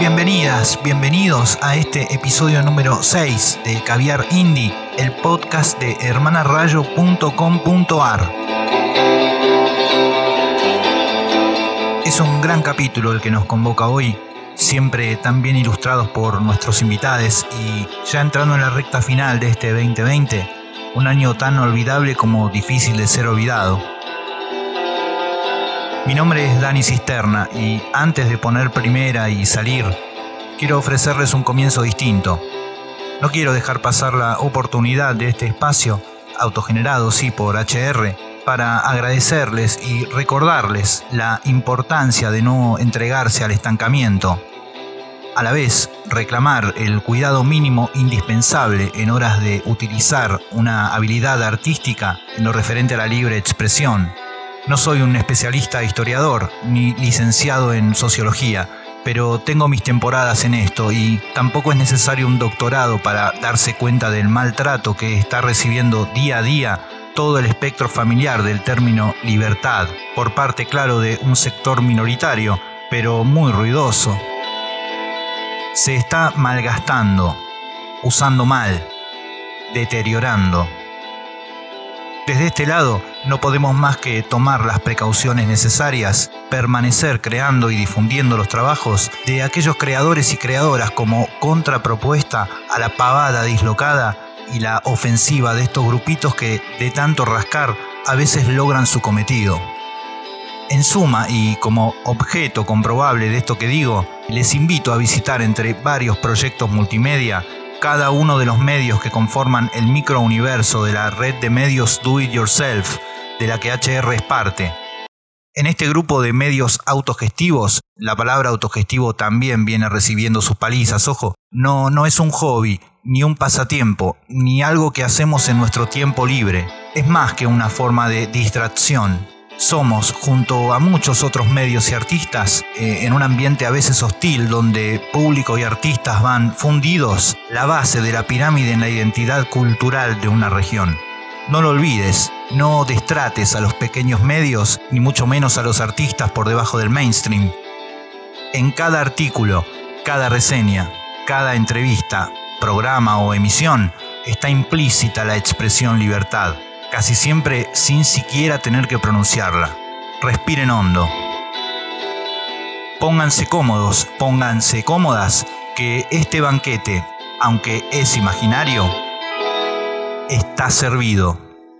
Bienvenidas, bienvenidos a este episodio número 6 de Caviar Indie, el podcast de hermanarayo.com.ar. Es un gran capítulo el que nos convoca hoy, siempre tan bien ilustrados por nuestros invitados y ya entrando en la recta final de este 2020, un año tan olvidable como difícil de ser olvidado. Mi nombre es Dani Cisterna y antes de poner primera y salir, quiero ofrecerles un comienzo distinto. No quiero dejar pasar la oportunidad de este espacio, autogenerado sí por HR, para agradecerles y recordarles la importancia de no entregarse al estancamiento. A la vez, reclamar el cuidado mínimo indispensable en horas de utilizar una habilidad artística en lo referente a la libre expresión. No soy un especialista historiador ni licenciado en sociología, pero tengo mis temporadas en esto y tampoco es necesario un doctorado para darse cuenta del maltrato que está recibiendo día a día todo el espectro familiar del término libertad, por parte, claro, de un sector minoritario, pero muy ruidoso. Se está malgastando, usando mal, deteriorando. Desde este lado, no podemos más que tomar las precauciones necesarias, permanecer creando y difundiendo los trabajos de aquellos creadores y creadoras como contrapropuesta a la pavada dislocada y la ofensiva de estos grupitos que, de tanto rascar, a veces logran su cometido. En suma, y como objeto comprobable de esto que digo, les invito a visitar entre varios proyectos multimedia cada uno de los medios que conforman el microuniverso de la red de medios Do It Yourself, de la que HR es parte. En este grupo de medios autogestivos, la palabra autogestivo también viene recibiendo sus palizas, ojo, no es un hobby, ni un pasatiempo, ni algo que hacemos en nuestro tiempo libre, es más que una forma de distracción. Somos, junto a muchos otros medios y artistas, en un ambiente a veces hostil donde público y artistas van fundidos, la base de la pirámide en la identidad cultural de una región. No lo olvides, no destrates a los pequeños medios, ni mucho menos a los artistas por debajo del mainstream. En cada artículo, cada reseña, cada entrevista, programa o emisión, está implícita la expresión libertad. Casi siempre sin siquiera tener que pronunciarla. Respiren hondo. Pónganse cómodos, pónganse cómodas, que este banquete, aunque es imaginario, está servido.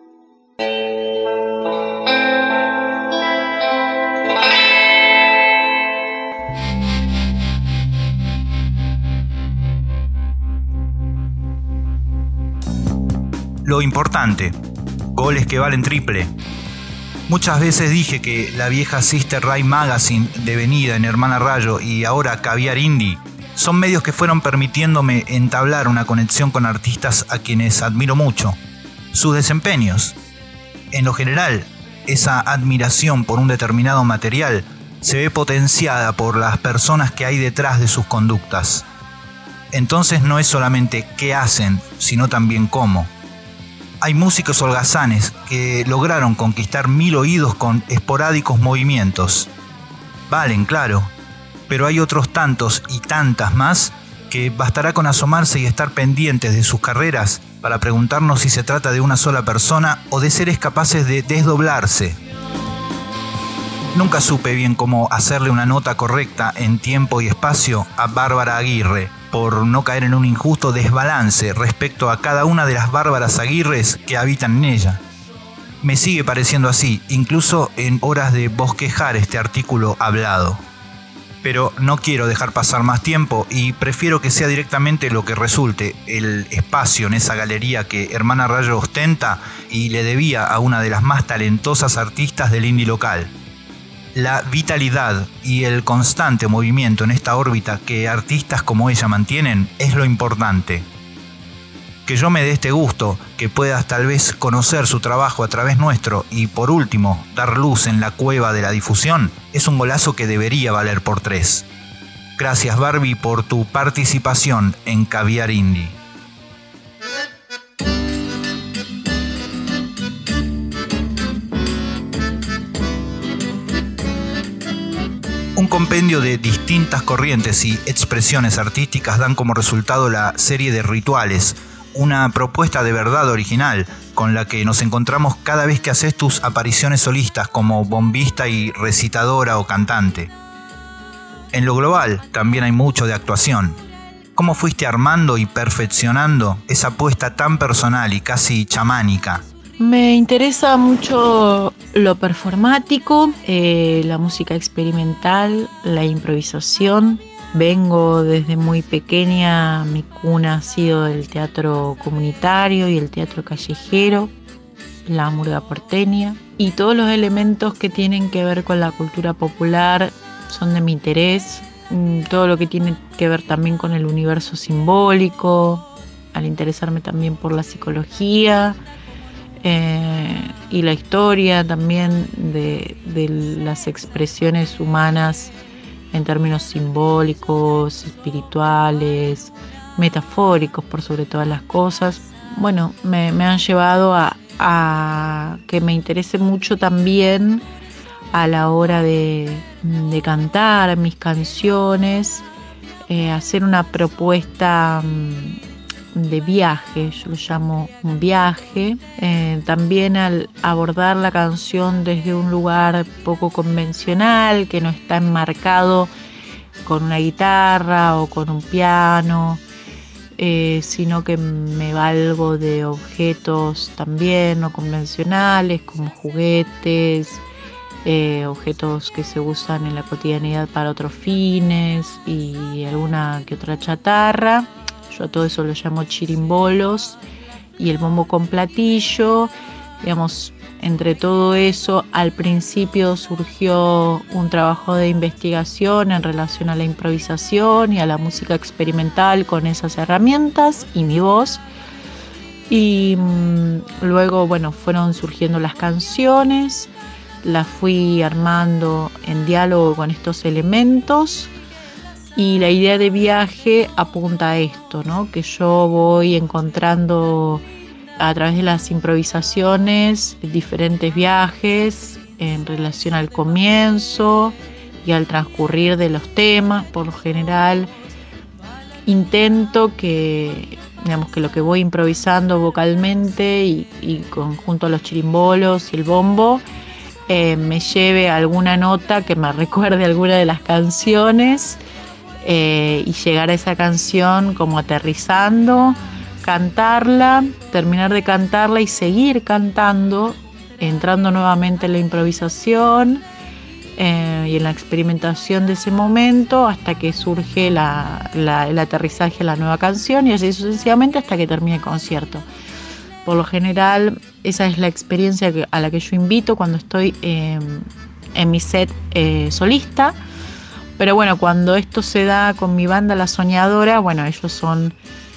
Lo importante. Goles que valen triple. Muchas veces dije que la vieja Sister Ray Magazine devenida en Hermana Rayo y ahora Caviar Indie son medios que fueron permitiéndome entablar una conexión con artistas a quienes admiro mucho. Sus desempeños. En lo general, esa admiración por un determinado material se ve potenciada por las personas que hay detrás de sus conductas. Entonces no es solamente qué hacen, sino también cómo. Hay músicos holgazanes que lograron conquistar 1000 oídos con esporádicos movimientos. Valen, claro, pero hay otros tantos y tantas más que bastará con asomarse y estar pendientes de sus carreras para preguntarnos si se trata de una sola persona o de seres capaces de desdoblarse. Nunca supe bien cómo hacerle una nota correcta en tiempo y espacio a Bárbara Aguirre, por no caer en un injusto desbalance respecto a cada una de las Bárbaras Aguirres que habitan en ella. Me sigue pareciendo así, incluso en horas de bosquejar este artículo hablado. Pero no quiero dejar pasar más tiempo y prefiero que sea directamente lo que resulte, el espacio en esa galería que Hermana Rayo ostenta y le debía a una de las más talentosas artistas del indie local. La vitalidad y el constante movimiento en esta órbita que artistas como ella mantienen es lo importante. Que yo me dé este gusto, que puedas tal vez conocer su trabajo a través nuestro y por último dar luz en la cueva de la difusión, es un golazo que debería valer por 3. Gracias Barbie por tu participación en Caviar Indie. compendio de distintas corrientes y expresiones artísticas dan como resultado la serie de Rituales, una propuesta de verdad original con la que nos encontramos cada vez que haces tus apariciones solistas como bombista y recitadora o cantante. En lo global también hay mucho de actuación. ¿Cómo fuiste armando y perfeccionando esa apuesta tan personal y casi chamánica? Me interesa mucho lo performático, la música experimental, la improvisación. Vengo desde muy pequeña, mi cuna ha sido el teatro comunitario y el teatro callejero, la murga porteña, y todos los elementos que tienen que ver con la cultura popular son de mi interés. Todo lo que tiene que ver también con el universo simbólico, al interesarme también por la psicología y la historia también de las expresiones humanas en términos simbólicos, espirituales, metafóricos por sobre todas las cosas. Bueno, me han llevado a que me interese mucho también a la hora de cantar mis canciones, hacer una propuesta de viaje, yo lo llamo un viaje. También al abordar la canción desde un lugar poco convencional, que no está enmarcado con una guitarra o con un piano, sino que me valgo de objetos también no convencionales, como juguetes, objetos que se usan en la cotidianidad para otros fines y alguna que otra chatarra. Yo a todo eso lo llamo chirimbolos, y el bombo con platillo. Digamos, entre todo eso, al principio surgió un trabajo de investigación en relación a la improvisación y a la música experimental con esas herramientas y mi voz. Y luego, bueno, fueron surgiendo las canciones, las fui armando en diálogo con estos elementos. Y la idea de viaje apunta a esto, ¿no? Que yo voy encontrando a través de las improvisaciones diferentes viajes en relación al comienzo y al transcurrir de los temas. Por lo general intento que, digamos, que lo que voy improvisando vocalmente y junto a los chirimbolos y el bombo me lleve a alguna nota que me recuerde alguna de las canciones. Y llegar a esa canción como aterrizando, cantarla, terminar de cantarla y seguir cantando, entrando nuevamente en la improvisación y en la experimentación de ese momento hasta que surge el aterrizaje a la nueva canción, y así sucesivamente hasta que termine el concierto. Por lo general esa es la experiencia a la que yo invito cuando estoy en mi set solista. Pero bueno, cuando esto se da con mi banda La Soñadora, bueno, ellos son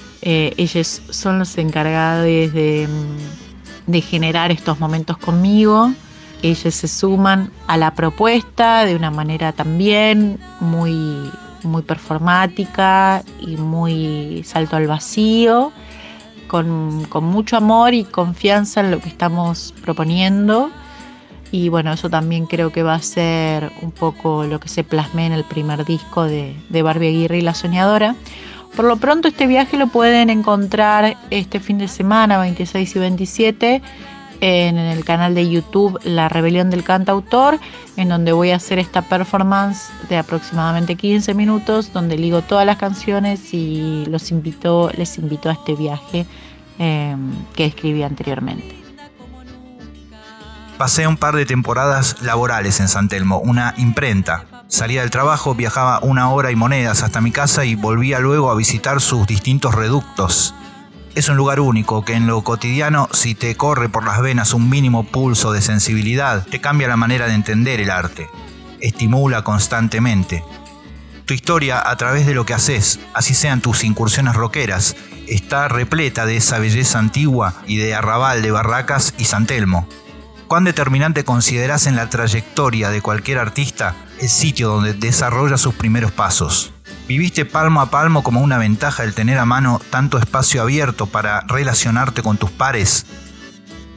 los encargados de generar estos momentos conmigo. Ellos se suman a la propuesta de una manera también muy, muy performática y muy salto al vacío, con mucho amor y confianza en lo que estamos proponiendo. Y bueno, eso también creo que va a ser un poco lo que se plasme en el primer disco de Barbie Aguirre y La Soñadora. Por lo pronto este viaje lo pueden encontrar este fin de semana, 26 y 27, en el canal de YouTube La Rebelión del Cantautor, en donde voy a hacer esta performance de aproximadamente 15 minutos, donde ligo todas las canciones y les invito a este viaje que escribí anteriormente. Pasé un par de temporadas laborales en San Telmo, una imprenta. Salía del trabajo, viajaba 1 hora y monedas hasta mi casa y volvía luego a visitar sus distintos reductos. Es un lugar único que en lo cotidiano, si te corre por las venas un mínimo pulso de sensibilidad, te cambia la manera de entender el arte. Estimula constantemente. Tu historia, a través de lo que haces, así sean tus incursiones rockeras, está repleta de esa belleza antigua y de arrabal de Barracas y San Telmo. ¿Cuán determinante considerás en la trayectoria de cualquier artista el sitio donde desarrolla sus primeros pasos? ¿Viviste palmo a palmo como una ventaja el tener a mano tanto espacio abierto para relacionarte con tus pares?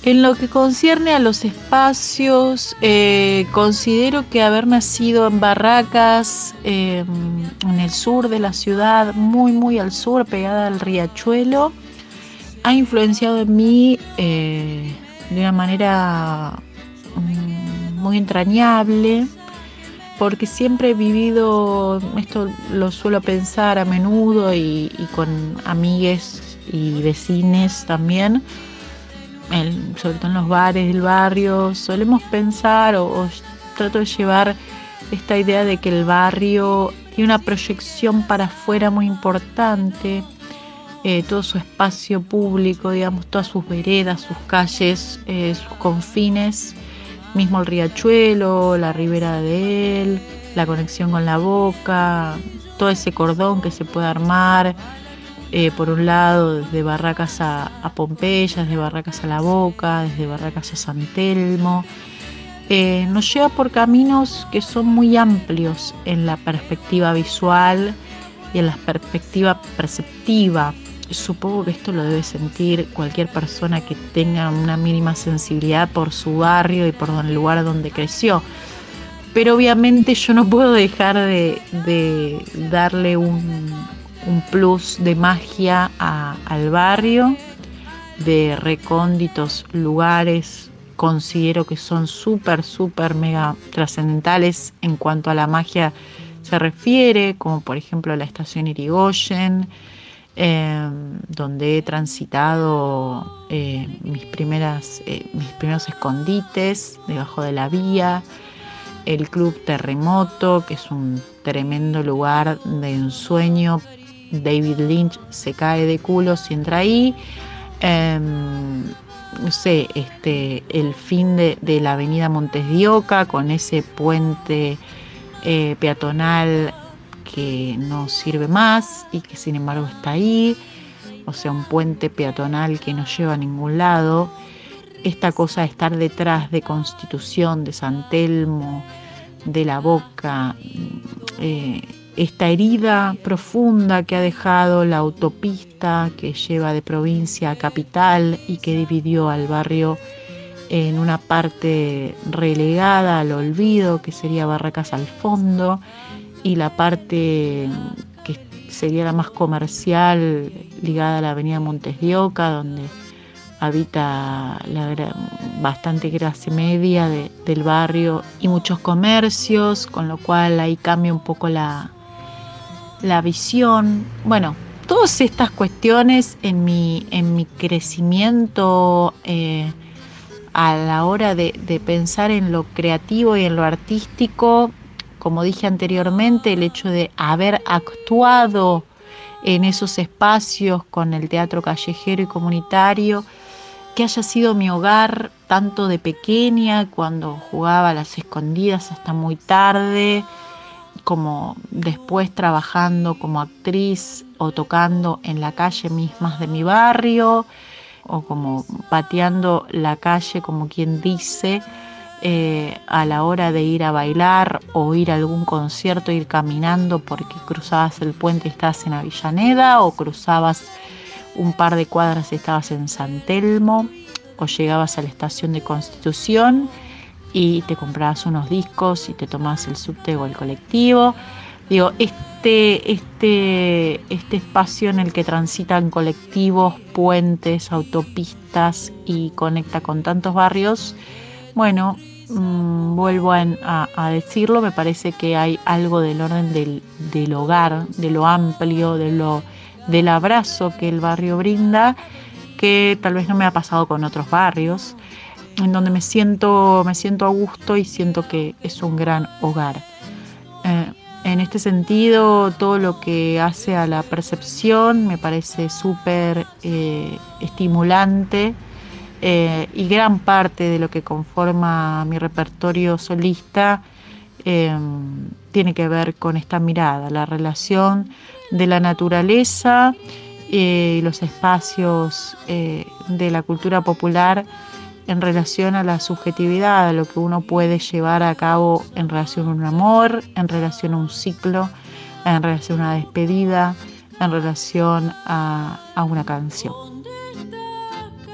En lo que concierne a los espacios, considero que haber nacido en Barracas, en el sur de la ciudad, muy muy al sur, pegada al riachuelo, ha influenciado en mí de una manera muy entrañable, porque siempre he vivido, esto lo suelo pensar a menudo y con amigues y vecines también, sobre todo en los bares del barrio, solemos pensar o trato de llevar esta idea de que el barrio tiene una proyección para afuera muy importante, todo su espacio público, digamos, todas sus veredas, sus calles, sus confines, mismo el riachuelo, la ribera de él, la conexión con la Boca, todo ese cordón que se puede armar, por un lado desde Barracas a Pompeya, desde Barracas a la Boca, desde Barracas a San Telmo, nos lleva por caminos que son muy amplios en la perspectiva visual y en la perspectiva perceptiva. Supongo que esto lo debe sentir cualquier persona que tenga una mínima sensibilidad por su barrio y por el lugar donde creció. Pero obviamente yo no puedo dejar de darle un plus de magia al barrio, de recónditos lugares. Considero que son súper mega trascendentales en cuanto a la magia se refiere, como por ejemplo la estación Irigoyen, donde he transitado mis primeros escondites debajo de la vía, el Club Terremoto, que es un tremendo lugar de ensueño. David Lynch se cae de culo si entra ahí. No sé, el fin de la avenida Montes de Oca, con ese puente peatonal que no sirve más y que sin embargo está ahí, o sea, un puente peatonal que no lleva a ningún lado. Esta cosa de estar detrás de Constitución, de San Telmo, de la Boca, esta herida profunda que ha dejado la autopista que lleva de provincia a capital y que dividió al barrio en una parte relegada al olvido, que sería Barracas al fondo, y la parte que sería la más comercial, ligada a la avenida Montes de Oca, donde habita bastante clase media del barrio y muchos comercios, con lo cual ahí cambia un poco la visión. Bueno, todas estas cuestiones en mi crecimiento, a la hora de pensar en lo creativo y en lo artístico, como dije anteriormente, el hecho de haber actuado en esos espacios con el teatro callejero y comunitario, que haya sido mi hogar tanto de pequeña, cuando jugaba a las escondidas hasta muy tarde, como después trabajando como actriz o tocando en la calle mismas de mi barrio, o como pateando la calle, como quien dice, a la hora de ir a bailar o ir a algún concierto, ir caminando porque cruzabas el puente y estabas en Avellaneda, o cruzabas un par de cuadras y estabas en San Telmo, o llegabas a la estación de Constitución y te comprabas unos discos y te tomabas el subte o el colectivo. Digo, este espacio en el que transitan colectivos, puentes, autopistas y conecta con tantos barrios, bueno, vuelvo a decirlo, me parece que hay algo del orden del hogar, de lo amplio, del abrazo que el barrio brinda, que tal vez no me ha pasado con otros barrios, en donde me siento a gusto y siento que es un gran hogar. En este sentido, todo lo que hace a la percepción me parece súper estimulante, y gran parte de lo que conforma mi repertorio solista tiene que ver con esta mirada, la relación de la naturaleza y los espacios de la cultura popular en relación a la subjetividad, a lo que uno puede llevar a cabo en relación a un amor, en relación a un ciclo, en relación a una despedida, en relación a una canción.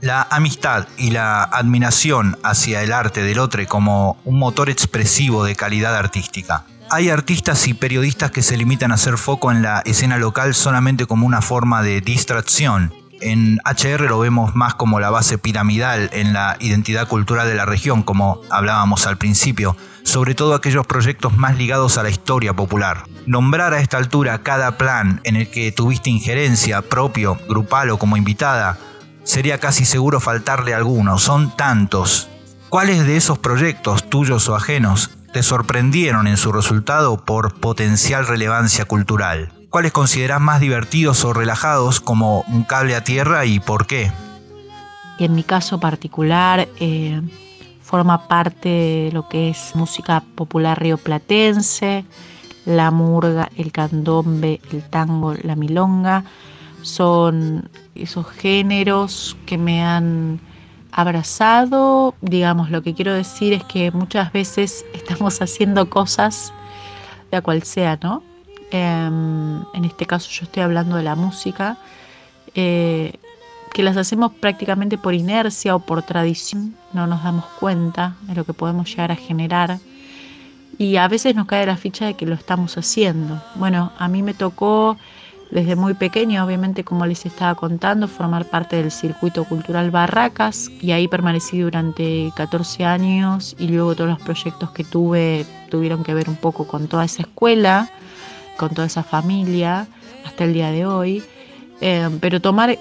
La amistad y la admiración hacia el arte del otro como un motor expresivo de calidad artística. Hay artistas y periodistas que se limitan a hacer foco en la escena local solamente como una forma de distracción. En HR lo vemos más como la base piramidal en la identidad cultural de la región, como hablábamos al principio, sobre todo aquellos proyectos más ligados a la historia popular. Nombrar a esta altura cada plan en el que tuviste injerencia, propio, grupal o como invitada, sería casi seguro faltarle alguno. Son tantos. ¿Cuáles de esos proyectos, tuyos o ajenos, te sorprendieron en su resultado por potencial relevancia cultural? ¿Cuáles considerás más divertidos o relajados como un cable a tierra y por qué? En mi caso particular, forma parte de lo que es música popular rioplatense, la murga, el candombe, el tango, la milonga. Son esos géneros que me han abrazado. Digamos, lo que quiero decir es que muchas veces estamos haciendo cosas, de cual sea, ¿no? En este caso yo estoy hablando de la música, que las hacemos prácticamente por inercia o por tradición, no nos damos cuenta de lo que podemos llegar a generar y a veces nos cae la ficha de que lo estamos haciendo. Bueno, a mí me tocó desde muy pequeña, obviamente, como les estaba contando, formar parte del circuito cultural Barracas, y ahí permanecí durante 14 años y luego todos los proyectos que tuve tuvieron que ver un poco con toda esa escuela, con toda esa familia hasta el día de hoy. Pero tomar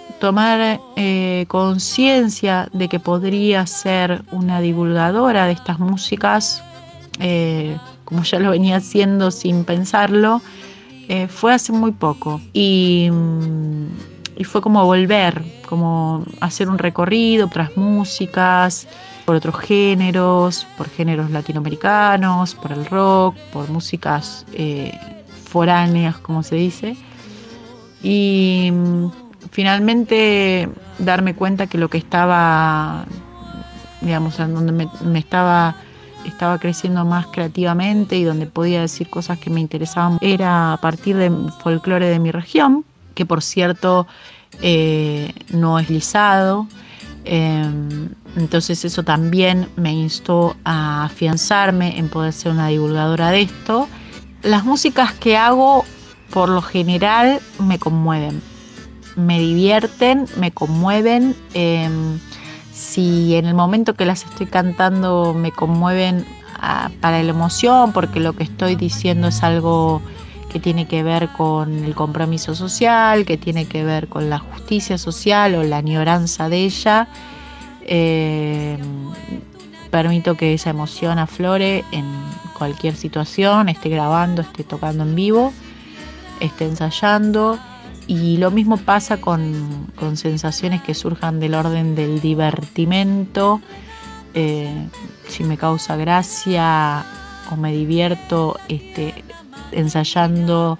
conciencia de que podría ser una divulgadora de estas músicas, como ya lo venía haciendo sin pensarlo, fue hace muy poco y fue como volver, como hacer un recorrido por otras músicas, por otros géneros, por géneros latinoamericanos, por el rock, por músicas foráneas, como se dice, y finalmente darme cuenta que lo que estaba, digamos, en donde me estaba creciendo más creativamente y donde podía decir cosas que me interesaban era a partir del folclore de mi región, que por cierto no es lisado. Entonces eso también me instó a afianzarme en poder ser una divulgadora de esto. Las músicas que hago por lo general me conmueven, me divierten, me conmueven. Si en el momento que las estoy cantando me conmueven para la emoción, porque lo que estoy diciendo es algo que tiene que ver con el compromiso social, que tiene que ver con la justicia social o la añoranza de ella, permito que esa emoción aflore en cualquier situación, esté grabando, esté tocando en vivo, esté ensayando. Y lo mismo pasa con sensaciones que surjan del orden del divertimento. Si me causa gracia o me divierto ensayando,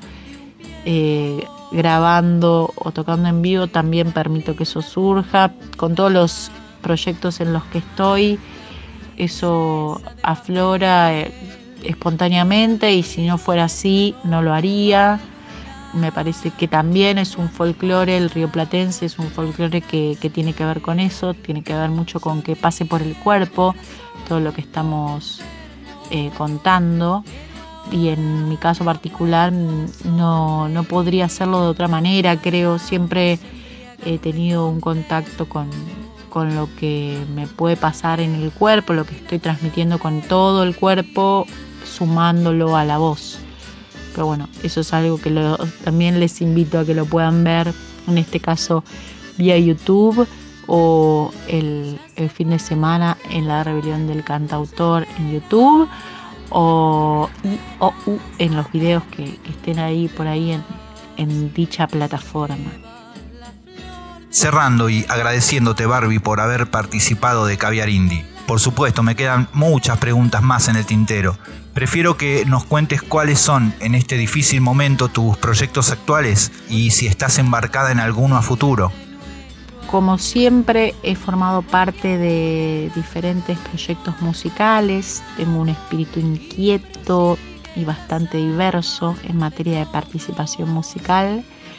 grabando o tocando en vivo, también permito que eso surja. Con todos los proyectos en los que estoy, eso aflora espontáneamente, y si no fuera así no lo haría. Me parece que también es un folclore, el rioplatense es un folclore que tiene que ver con eso, tiene que ver mucho con que pase por el cuerpo todo lo que estamos contando, y en mi caso particular no podría hacerlo de otra manera. Creo, siempre he tenido un contacto con lo que me puede pasar en el cuerpo, lo que estoy transmitiendo con todo el cuerpo, sumándolo a la voz. Pero bueno, eso es algo que también les invito a que lo puedan ver, en este caso vía YouTube o el fin de semana en la Rebelión del Cantautor en YouTube, o en los videos que estén ahí por ahí en dicha plataforma. Cerrando y agradeciéndote, Barbie, por haber participado de Caviar Indie. Por supuesto, me quedan muchas preguntas más en el tintero. Prefiero que nos cuentes cuáles son en este difícil momento tus proyectos actuales y si estás embarcada en alguno a futuro. Como siempre, he formado parte de diferentes proyectos musicales. Tengo un espíritu inquieto y bastante diverso en materia de participación musical.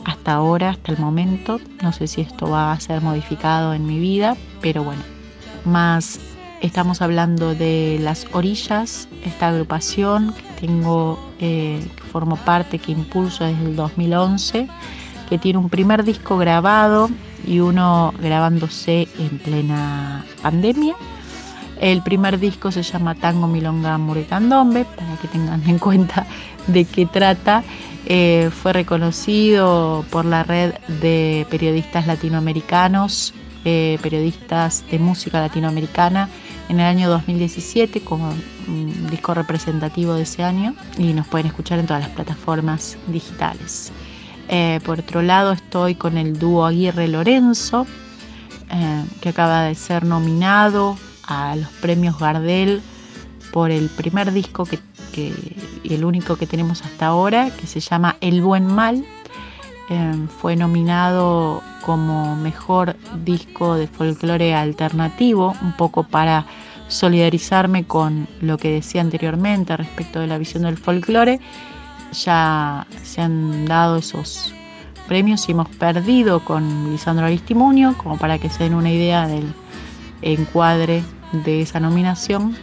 hasta ahora, hasta el momento. No sé si esto va a ser modificado en mi vida, pero bueno, más estamos hablando de Las Orillas, esta agrupación que tengo, que formo parte, que impulso desde el 2011, que tiene un primer disco grabado y uno grabándose en plena pandemia. El primer disco se llama Tango, Milonga, Muro y Candombe, para que tengan en cuenta de qué trata. Fue reconocido por la red de periodistas latinoamericanos, periodistas de música latinoamericana, en el año 2017 como un disco representativo de ese año, y nos pueden escuchar en todas las plataformas digitales. Por otro lado, estoy con el dúo Aguirre Lorenzo, que acaba de ser nominado a los premios Gardel por el primer disco y el único que tenemos hasta ahora, que se llama El Buen Mal. Fue nominado como mejor disco de folclore alternativo, un poco para solidarizarme con lo que decía anteriormente respecto de la visión del folclore. Ya se han dado esos premios y hemos perdido con Lisandro Aristimuño, como para que se den una idea del encuadre de esa nominación.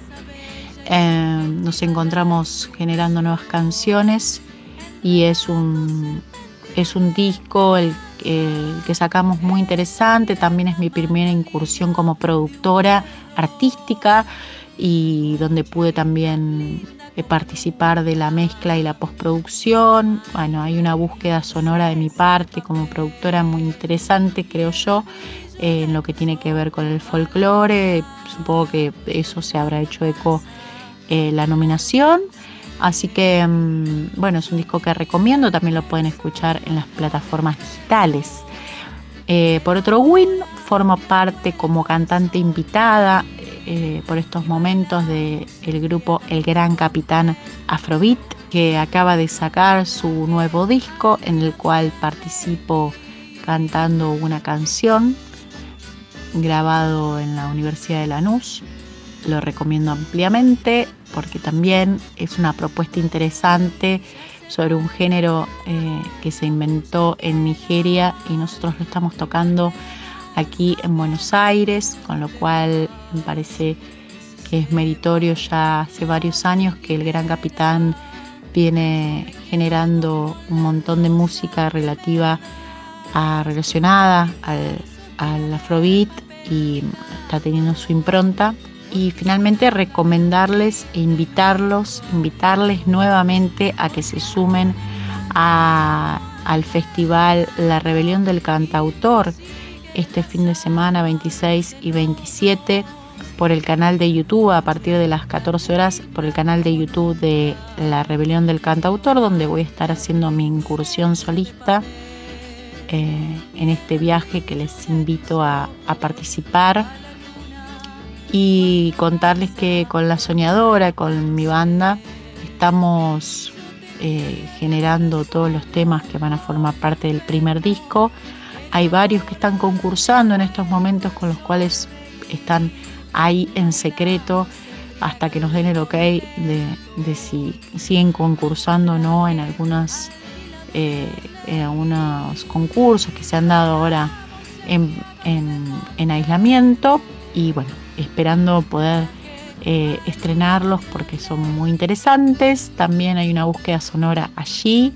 Nos encontramos generando nuevas canciones y es un disco el que sacamos muy interesante. También es mi primera incursión como productora artística y donde pude también participar de la mezcla y la postproducción. Bueno, hay una búsqueda sonora de mi parte como productora muy interesante, creo yo, en lo que tiene que ver con el folclore. Supongo que eso se habrá hecho eco la nominación. Así que, bueno, es un disco que recomiendo. También lo pueden escuchar en las plataformas digitales. Por otro, Win forma parte como cantante invitada por estos momentos del grupo El Gran Capitán Afrobeat, que acaba de sacar su nuevo disco, en el cual participo cantando una canción grabado en la Universidad de Lanús. Lo recomiendo ampliamente porque también es una propuesta interesante sobre un género que se inventó en Nigeria y nosotros lo estamos tocando aquí en Buenos Aires, con lo cual me parece que es meritorio. Ya hace varios años que El Gran Capitán viene generando un montón de música relacionada al Afrobeat y está teniendo su impronta. Y finalmente recomendarles e invitarles nuevamente a que se sumen al festival La Rebelión del Cantautor este fin de semana 26 y 27 por el canal de YouTube, a partir de las 14 horas por el canal de YouTube de La Rebelión del Cantautor, donde voy a estar haciendo mi incursión solista en este viaje que les invito a participar. Y contarles que con La Soñadora, con mi banda, estamos generando todos los temas que van a formar parte del primer disco. Hay varios que están concursando en estos momentos, con los cuales están ahí en secreto hasta que nos den el ok de si siguen concursando o no en algunos concursos que se han dado ahora en aislamiento. Y bueno, esperando poder estrenarlos porque son muy interesantes. También hay una búsqueda sonora allí.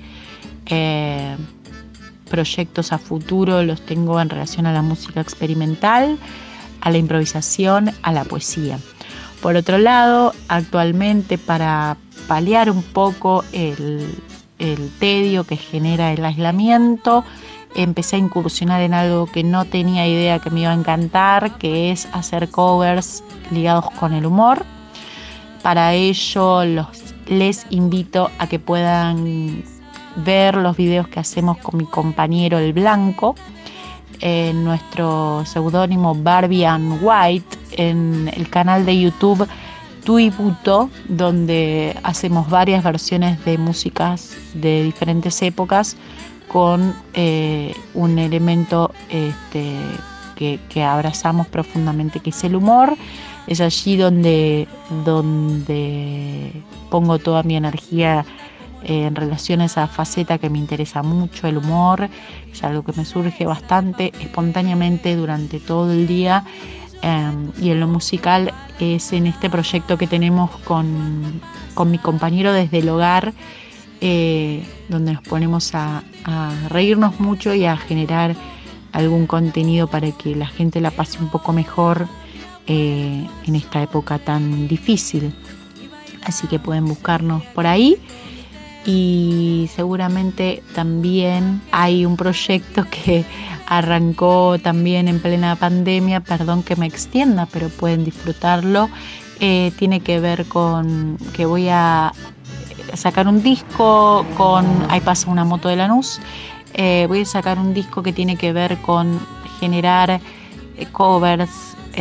Proyectos a futuro los tengo en relación a la música experimental, a la improvisación, a la poesía. Por otro lado, actualmente, para paliar un poco el tedio que genera el aislamiento, empecé a incursionar en algo que no tenía idea que me iba a encantar, que es hacer covers ligados con el humor. Para ello les invito a que puedan ver los videos que hacemos con mi compañero El Blanco, en nuestro seudónimo Barbie and White, en el canal de YouTube Tuibuto, donde hacemos varias versiones de músicas de diferentes épocas con un elemento que abrazamos profundamente, que es el humor. Es allí donde pongo toda mi energía en relación a esa faceta que me interesa mucho, el humor. Es algo que me surge bastante espontáneamente durante todo el día. Y en lo musical es en este proyecto que tenemos con mi compañero desde el hogar, donde nos ponemos a reírnos mucho y a generar algún contenido para que la gente la pase un poco mejor en esta época tan difícil. Así que pueden buscarnos por ahí. Y seguramente también hay un proyecto que arrancó también en plena pandemia, perdón que me extienda, pero pueden disfrutarlo. Tiene que ver con que voy a sacar un disco con... Ahí pasa una moto de Lanús. Voy a sacar un disco que tiene que ver con generar covers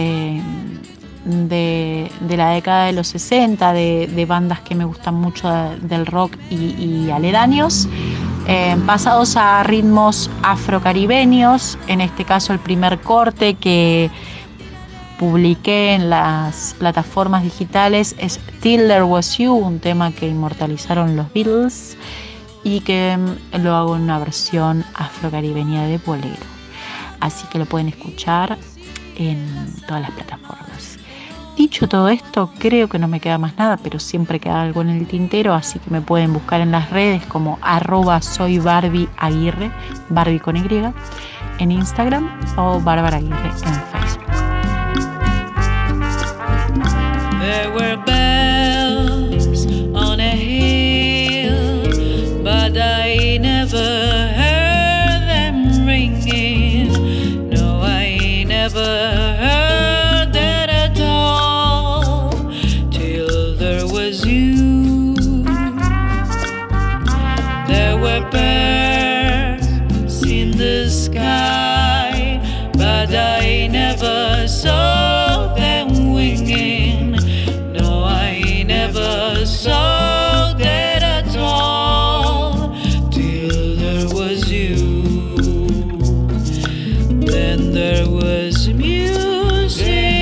de la década de los 60, de bandas que me gustan mucho del rock y aledaños, pasados a ritmos afrocaribeños. En este caso el primer corte que publiqué en las plataformas digitales es Till There Was You, un tema que inmortalizaron los Beatles y que lo hago en una versión afrocaribeña de bolero. Así que lo pueden escuchar en todas las plataformas. Dicho todo esto, creo que no me queda más nada, pero siempre queda algo en el tintero, así que me pueden buscar en las redes como @soybarbieaguirre, Barbie con Y, en Instagram, o Bárbara Aguirre en Facebook. There were bells on a hill, but I never heard them ringing. No, I never heard that at all, till there was you. There were birds in the sky, but I never saw them winging. No, I never saw that at all, till there was you. Then there was music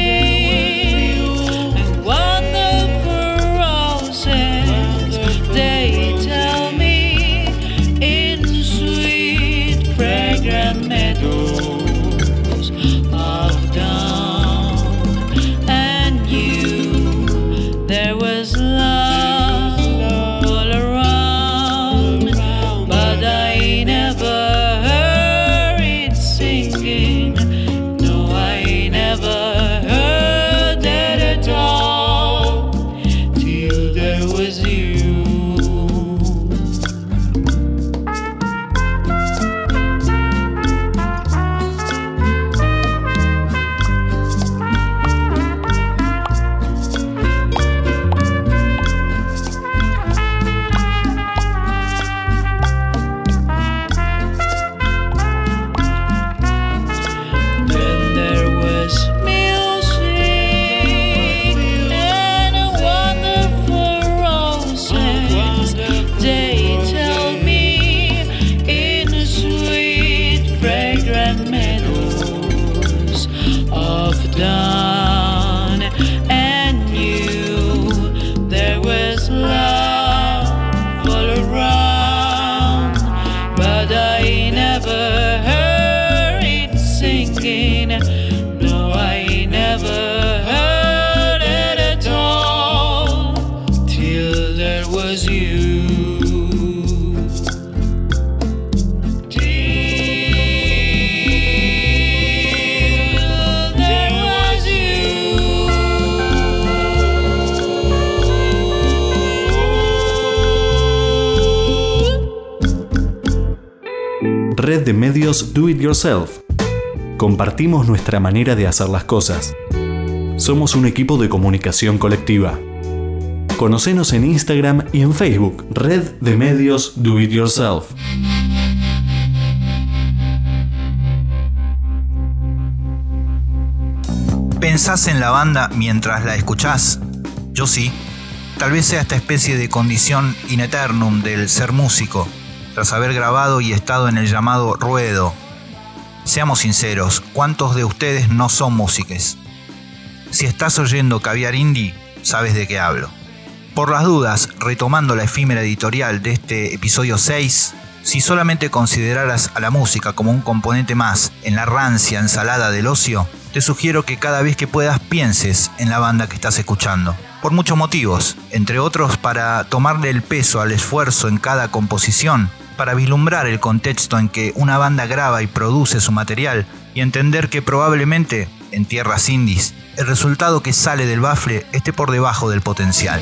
and wonderful roses, they tell me, in sweet fragrant meadows of dawn. And you, there was love all around, but I never heard it singing. No, I never heard that at all, till there was you. Then there was music and wonderful roses, they tell me, in sweet fragrant meadows of dawn. And you, there was love all around, but I never heard it singing. No, I never heard it at all, till there was you. Till there was you. Red de medios Do It Yourself. Compartimos nuestra manera de hacer las cosas. Somos un equipo de comunicación colectiva. Conocenos en Instagram y en Facebook, Red de medios Do It Yourself. ¿Pensás en la banda mientras la escuchás? Yo sí. Tal vez sea esta especie de condición in eternum del ser músico, tras haber grabado y estado en el llamado ruedo. Seamos sinceros, ¿cuántos de ustedes no son músicos? Si estás oyendo Caviar Indie, sabes de qué hablo. Por las dudas, retomando la efímera editorial de este episodio 6, si solamente consideraras a la música como un componente más en la rancia ensalada del ocio, te sugiero que cada vez que puedas pienses en la banda que estás escuchando. Por muchos motivos, entre otros para tomarle el peso al esfuerzo en cada composición, para vislumbrar el contexto en que una banda graba y produce su material y entender que probablemente, en tierras indies, el resultado que sale del bafle esté por debajo del potencial.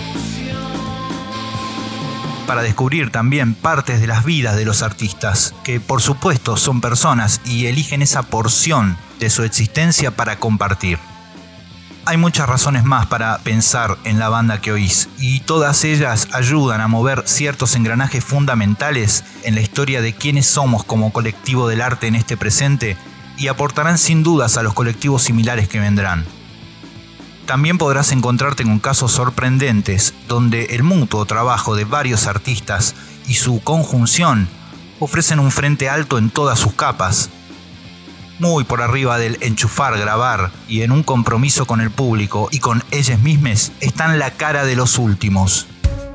Para descubrir también partes de las vidas de los artistas, que por supuesto son personas y eligen esa porción de su existencia para compartir. Hay muchas razones más para pensar en la banda que oís, y todas ellas ayudan a mover ciertos engranajes fundamentales en la historia de quiénes somos como colectivo del arte en este presente, y aportarán sin dudas a los colectivos similares que vendrán. También podrás encontrarte con casos sorprendentes donde el mutuo trabajo de varios artistas y su conjunción ofrecen un frente alto en todas sus capas, muy por arriba del enchufar, grabar y en un compromiso con el público y con ellos mismos, están la cara de los últimos.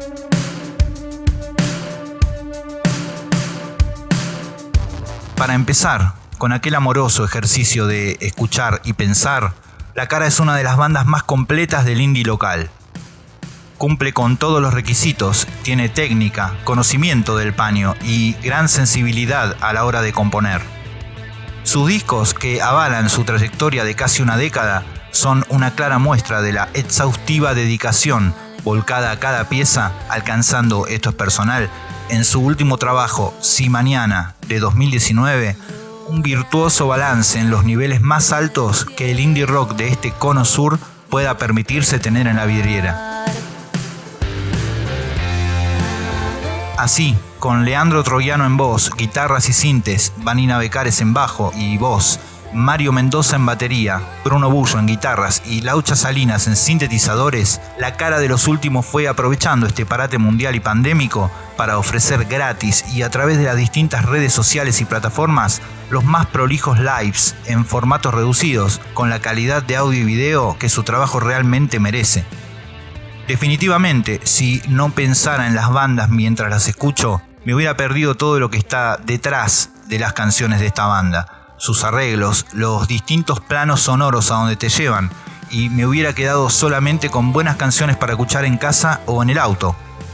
Para empezar, con aquel amoroso ejercicio de escuchar y pensar, La Cara es una de las bandas más completas del indie local. Cumple con todos los requisitos, tiene técnica, conocimiento del paño y gran sensibilidad a la hora de componer. Sus discos, que avalan su trayectoria de casi una década, son una clara muestra de la exhaustiva dedicación volcada a cada pieza, alcanzando, esto es personal, en su último trabajo, Si Mañana, de 2019, un virtuoso balance en los niveles más altos que el indie rock de este cono sur pueda permitirse tener en la vidriera. Así, con Leandro Troiano en voz, guitarras y sintes, Vanina Becares en bajo y voz, Mario Mendoza en batería, Bruno Bullo en guitarras y Laucha Salinas en sintetizadores, La Cara de los últimos fue aprovechando este parate mundial y pandémico para ofrecer gratis y a través de las distintas redes sociales y plataformas los más prolijos lives en formatos reducidos, con la calidad de audio y video que su trabajo realmente merece. Definitivamente, si no pensara en las bandas mientras las escucho, me hubiera perdido todo lo que está detrás de las canciones de esta banda. Sus arreglos, los distintos planos sonoros a donde te llevan, y me hubiera quedado solamente con buenas canciones para escuchar en casa o en el auto.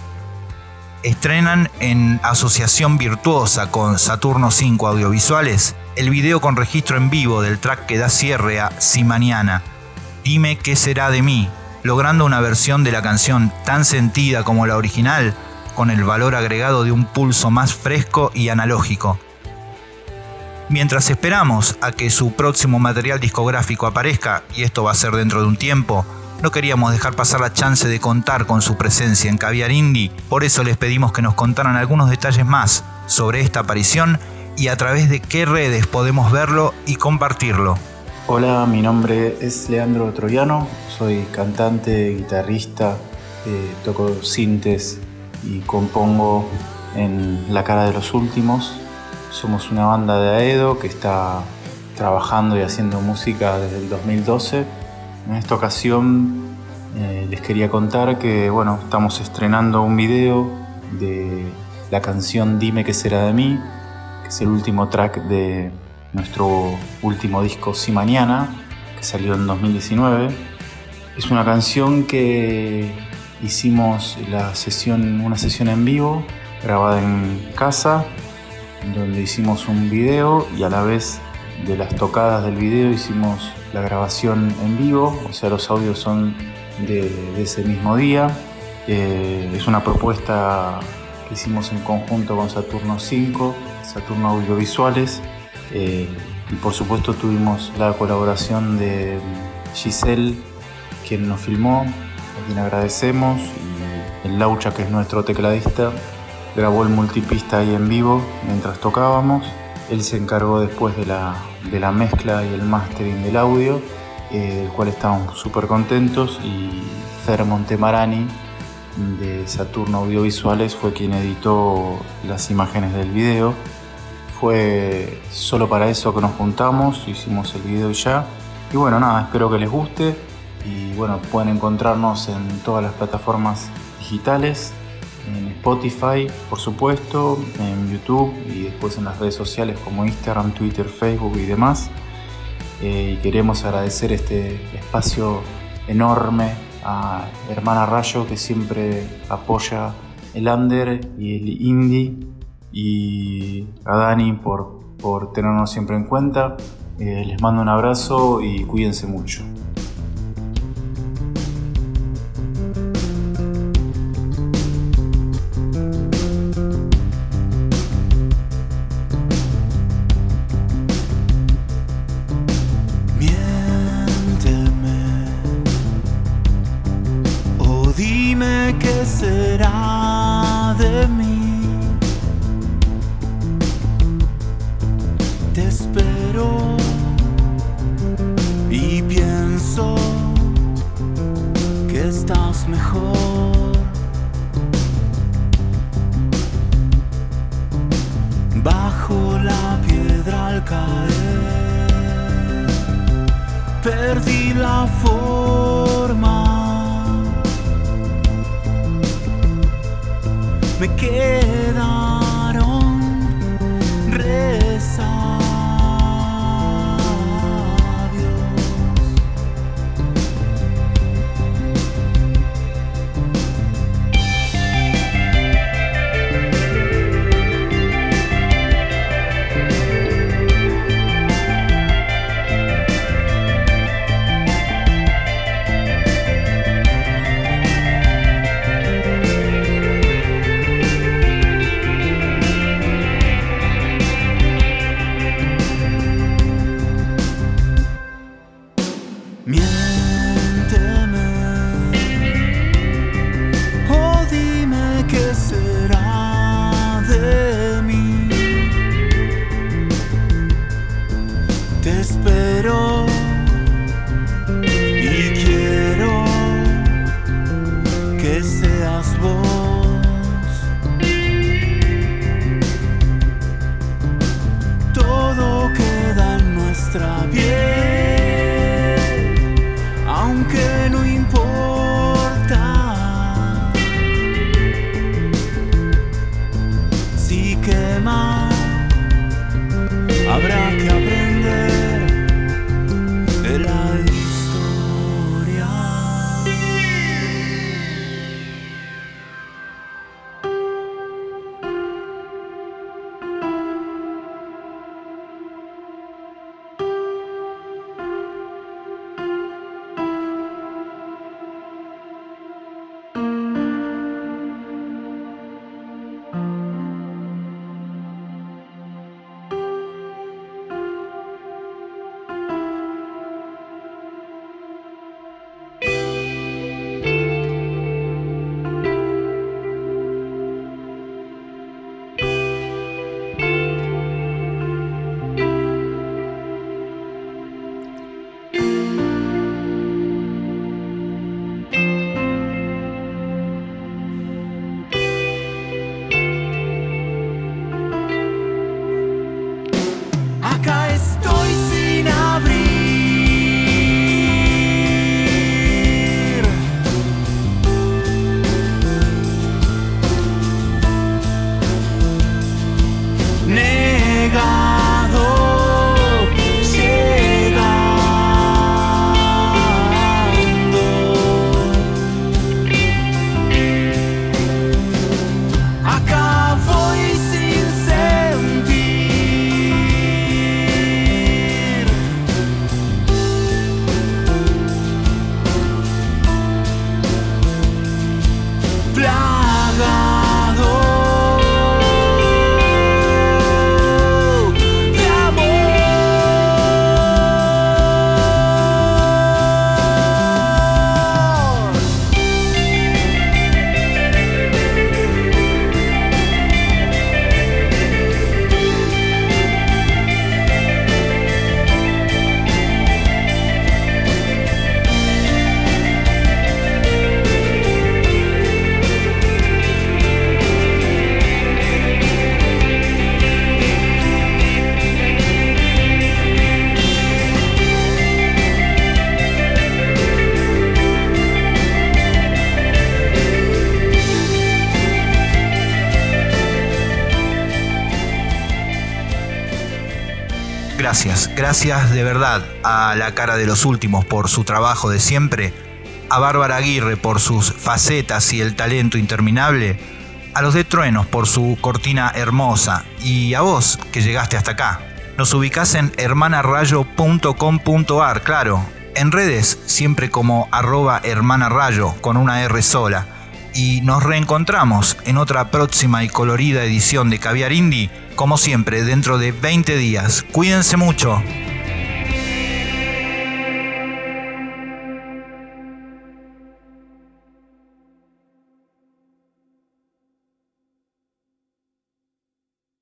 Estrenan en asociación virtuosa con Saturno 5 Audiovisuales el video con registro en vivo del track que da cierre a Si Mañana, Dime qué será de mí, logrando una versión de la canción tan sentida como la original, con el valor agregado de un pulso más fresco y analógico. Mientras esperamos a que su próximo material discográfico aparezca, y esto va a ser dentro de un tiempo, no queríamos dejar pasar la chance de contar con su presencia en Caviar Indie, por eso les pedimos que nos contaran algunos detalles más sobre esta aparición y a través de qué redes podemos verlo y compartirlo. Hola, mi nombre es Leandro Troiano, soy cantante, guitarrista, toco sintes y compongo en La Cara de los últimos. Somos una banda de Aedo que está trabajando y haciendo música desde el 2012. En esta ocasión les quería contar que estamos estrenando un video de la canción Dime qué será de mí, que es el último track de nuestro último disco Si Mañana, que salió en 2019. Es una canción que hicimos una sesión en vivo, grabada en casa, donde hicimos un video y a la vez de las tocadas del video hicimos la grabación en vivo, o sea, los audios son de ese mismo día. Es una propuesta que hicimos en conjunto con Saturno 5, Saturno Audiovisuales, y por supuesto tuvimos la colaboración de Giselle, quien nos filmó, a quien agradecemos, y el Laucha, que es nuestro tecladista, grabó el multipista ahí en vivo mientras tocábamos. Él se encargó después de la mezcla y el mastering del audio, del cual estamos súper contentos, y Fer Montemarani de Saturno Audiovisuales fue quien editó las imágenes del video. Fue solo para eso que nos juntamos, hicimos el video ya. Y espero que les guste. Y pueden encontrarnos en todas las plataformas digitales, en Spotify, por supuesto, en YouTube y después en las redes sociales como Instagram, Twitter, Facebook y demás. Y queremos agradecer este espacio enorme a Hermana Rayo, que siempre apoya el under y el indie, y a Dani por tenernos siempre en cuenta. Les mando un abrazo y cuídense mucho. Dime qué será de mí. Te espero y pienso que estás mejor. Bajo la piedra al caer, perdí la forma. Me quedaron resabios. Gracias de verdad a La Cara de los Últimos por su trabajo de siempre, a Bárbara Aguirre por sus facetas y el talento interminable, a los de Truenos por su cortina hermosa y a vos que llegaste hasta acá. Nos ubicás en hermanarayo.com.ar, claro, en redes siempre como @hermanarayo con una R sola. Y nos reencontramos en otra próxima y colorida edición de Caviar Indie, como siempre, dentro de 20 días. Cuídense mucho.